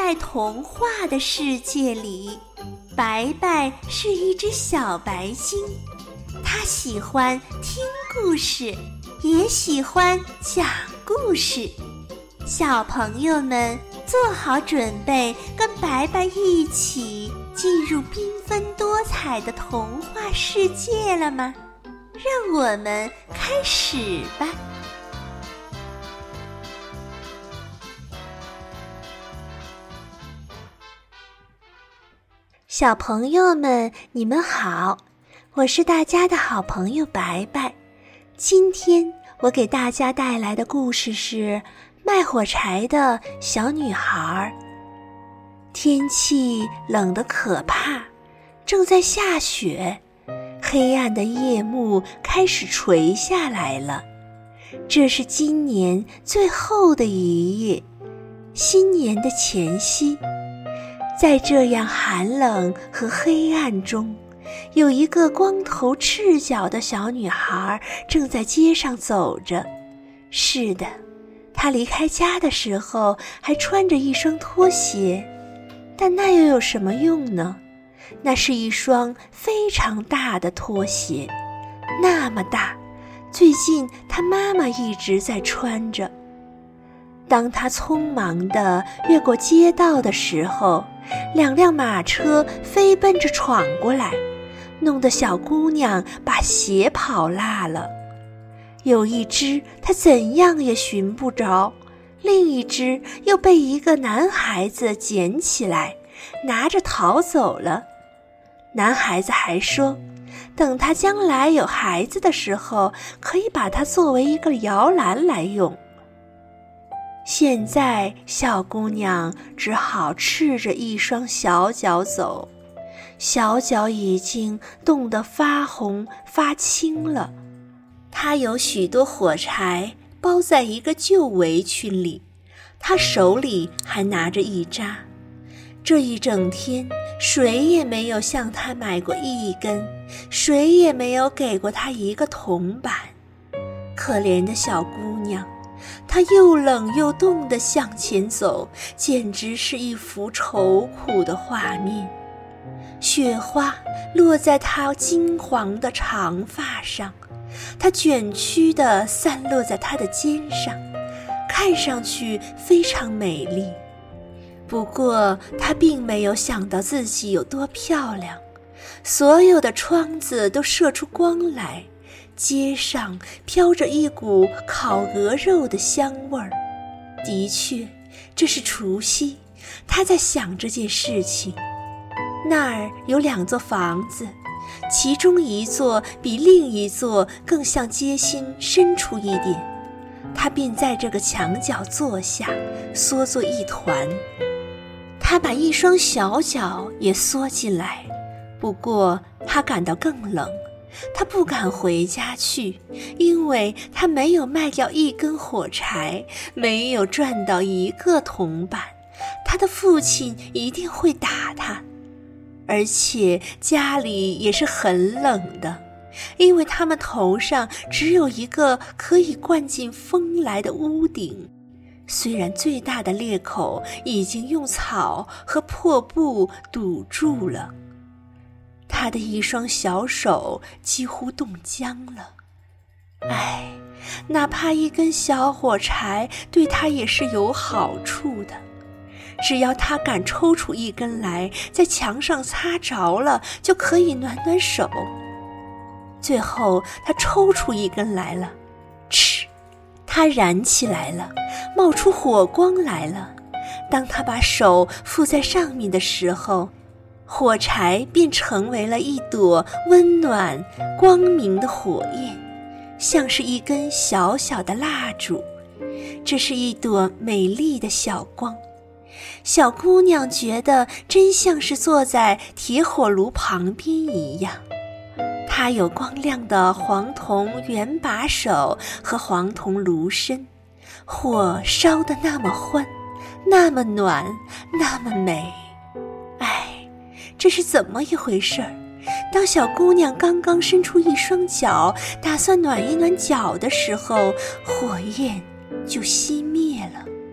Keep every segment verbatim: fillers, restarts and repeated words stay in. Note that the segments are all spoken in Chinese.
在童话的世界里，白白是一只小白鲸，它喜欢听故事，也喜欢讲故事。小朋友们做好准备，跟白白一起进入缤纷多彩的童话世界了吗？让我们开始吧。小朋友们，你们好，我是大家的好朋友白白。今天我给大家带来的故事是卖火柴的小女孩。天气冷得可怕，正在下雪，黑暗的夜幕开始垂下来了。这是今年最后的一夜，新年的前夕。在这样寒冷和黑暗中，有一个光头赤脚的小女孩正在街上走着。是的，她离开家的时候还穿着一双拖鞋，但那又有什么用呢？那是一双非常大的拖鞋，那么大，最近她妈妈一直在穿着。当她匆忙地越过街道的时候，两辆马车飞奔着闯过来，弄得小姑娘把鞋跑落了。有一只她怎样也寻不着，另一只又被一个男孩子捡起来，拿着逃走了。男孩子还说，等他将来有孩子的时候，可以把它作为一个摇篮来用。现在小姑娘只好赤着一双小脚走，小脚已经冻得发红发青了。她有许多火柴包在一个旧围裙里，她手里还拿着一扎。这一整天谁也没有向她买过一根，谁也没有给过她一个铜板。可怜的小姑娘，她又冷又冻地向前走，简直是一幅愁苦的画面。雪花落在她金黄的长发上，它卷曲地散落在她的肩上，看上去非常美丽。不过她并没有想到自己有多漂亮，所有的窗子都射出光来，街上飘着一股烤鹅肉的香味儿。的确，这是除夕，她在想这件事情。那儿有两座房子，其中一座比另一座更向街心伸出一点，她便在这个墙角坐下，缩作一团。她把一双小脚也缩进来，不过她感到更冷。她不敢回家去，因为她没有卖掉一根火柴，没有赚到一个铜板。她的父亲一定会打她，而且家里也是很冷的，因为他们头上只有一个可以灌进风来的屋顶，虽然最大的裂口已经用草和破布堵住了。他的一双小手几乎冻僵了。唉，哪怕一根小火柴对他也是有好处的，只要他敢抽出一根来，在墙上擦着了，就可以暖暖手。最后他抽出一根来了，嗤，它燃起来了，冒出火光来了。当他把手附在上面的时候，火柴便成为了一朵温暖光明的火焰，像是一根小小的蜡烛。这是一朵美丽的小光，小姑娘觉得真像是坐在铁火炉旁边一样。她有光亮的黄铜圆把手和黄铜炉身，火烧得那么欢，那么暖，那么美。唉，这是怎么一回事儿？当小姑娘刚刚伸出一双脚，打算暖一暖脚的时候，火焰就熄灭了。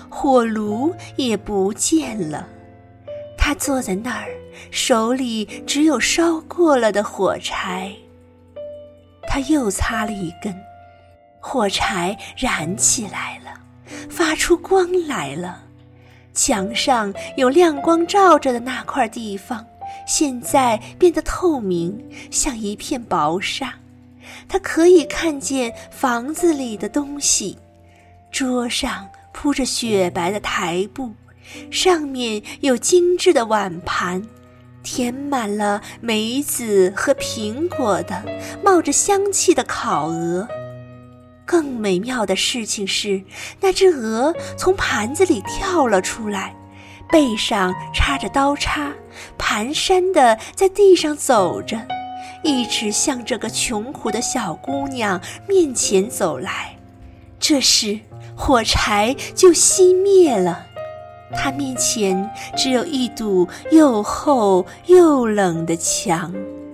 火炉也不见了。他坐在那儿，手里只有烧过了的火柴。他又擦了一根，火柴燃起来了，发出光来了。墙上有亮光照着的那块地方，现在变得透明，像一片薄纱。他可以看见房子里的东西，桌上铺着雪白的台布，上面有精致的碗盘，填满了梅子和苹果的冒着香气的烤鹅。更美妙的事情是，那只鹅从盘子里跳了出来，背上插着刀叉，蹒跚地在地上走着，一直向这个穷苦的小姑娘面前走来。这时火柴就熄灭了，她面前只有一堵又厚又冷的墙。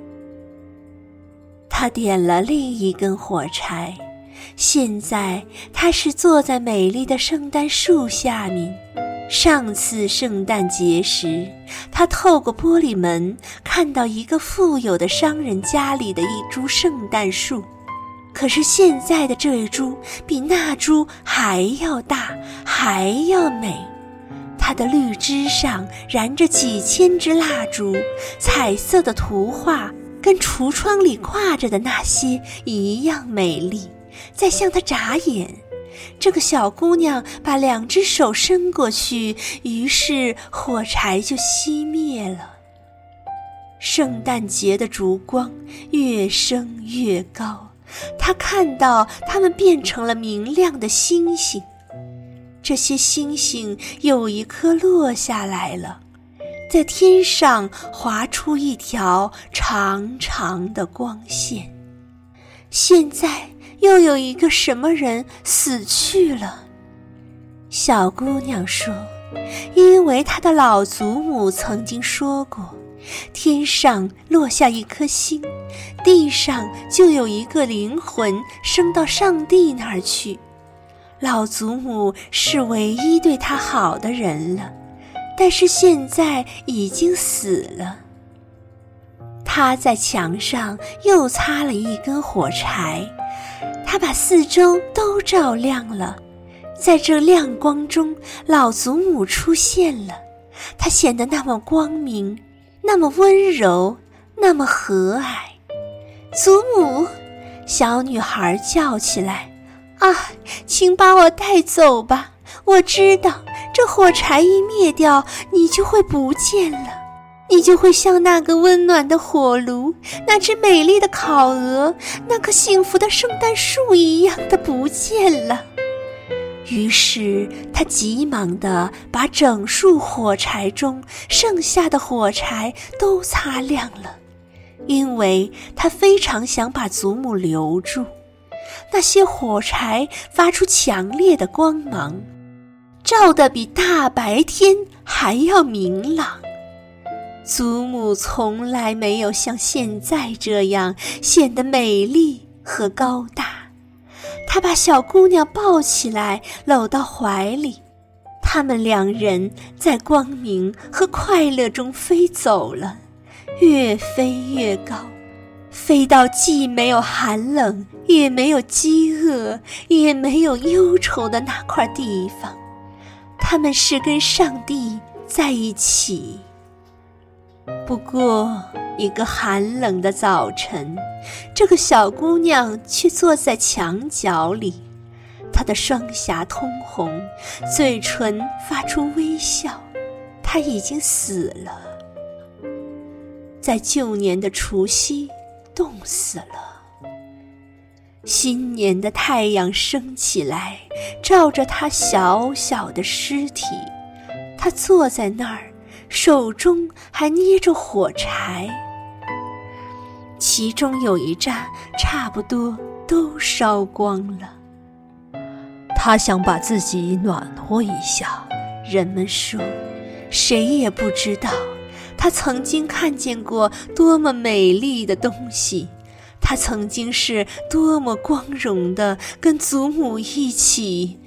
她点了另一根火柴，现在她是坐在美丽的圣诞树下面。上次圣诞节时，她透过玻璃门看到一个富有的商人家里的一株圣诞树，可是现在的这一株比那株还要大，还要美。它的绿枝上燃着几千支蜡烛，彩色的图画跟橱窗里挂着的那些一样美丽，在向它眨眼。这个小姑娘把两只手伸过去，于是火柴就熄灭了。圣诞节的烛光越升越高，她看到它们变成了明亮的星星。这些星星有一颗落下来了，在天上划出一条长长的光线。现在又有一个什么人死去了。小姑娘说，因为她的老祖母曾经说过，天上落下一颗星，地上就有一个灵魂升到上帝那儿去。老祖母是唯一对她好的人了，但是现在已经死了。她在墙上又擦了一根火柴，她把四周都照亮了。在这亮光中，老祖母出现了，她显得那么光明，那么温柔，那么和蔼。祖母，小女孩叫起来，啊，请把我带走吧，我知道这火柴一灭掉，你就会不见了，你就会像那个温暖的火炉，那只美丽的烤鹅，那棵幸福的圣诞树一样的不见了。于是他急忙地把整束火柴中剩下的火柴都擦亮了，因为他非常想把祖母留住。那些火柴发出强烈的光芒，照得比大白天还要明朗。祖母从来没有像现在这样显得美丽和高大。她把小姑娘抱起来，搂到怀里，他们两人在光明和快乐中飞走了，越飞越高，飞到既没有寒冷，也没有饥饿，也没有忧愁的那块地方。他们是跟上帝在一起。不过一个寒冷的早晨，这个小姑娘却坐在墙角里，她的双颊通红，嘴唇发出微笑。她已经死了，在旧年的除夕冻死了。新年的太阳升起来，照着她小小的尸体。她坐在那儿，手中还捏着火柴，其中有一盏差不多都烧光了。他想把自己暖和一下，人们说，谁也不知道他曾经看见过多么美丽的东西，他曾经是多么光荣的跟祖母一起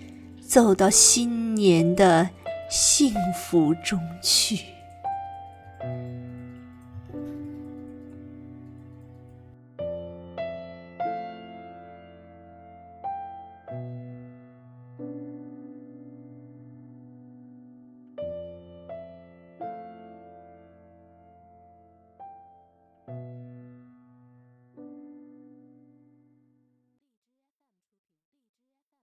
走到新年的幸福中去。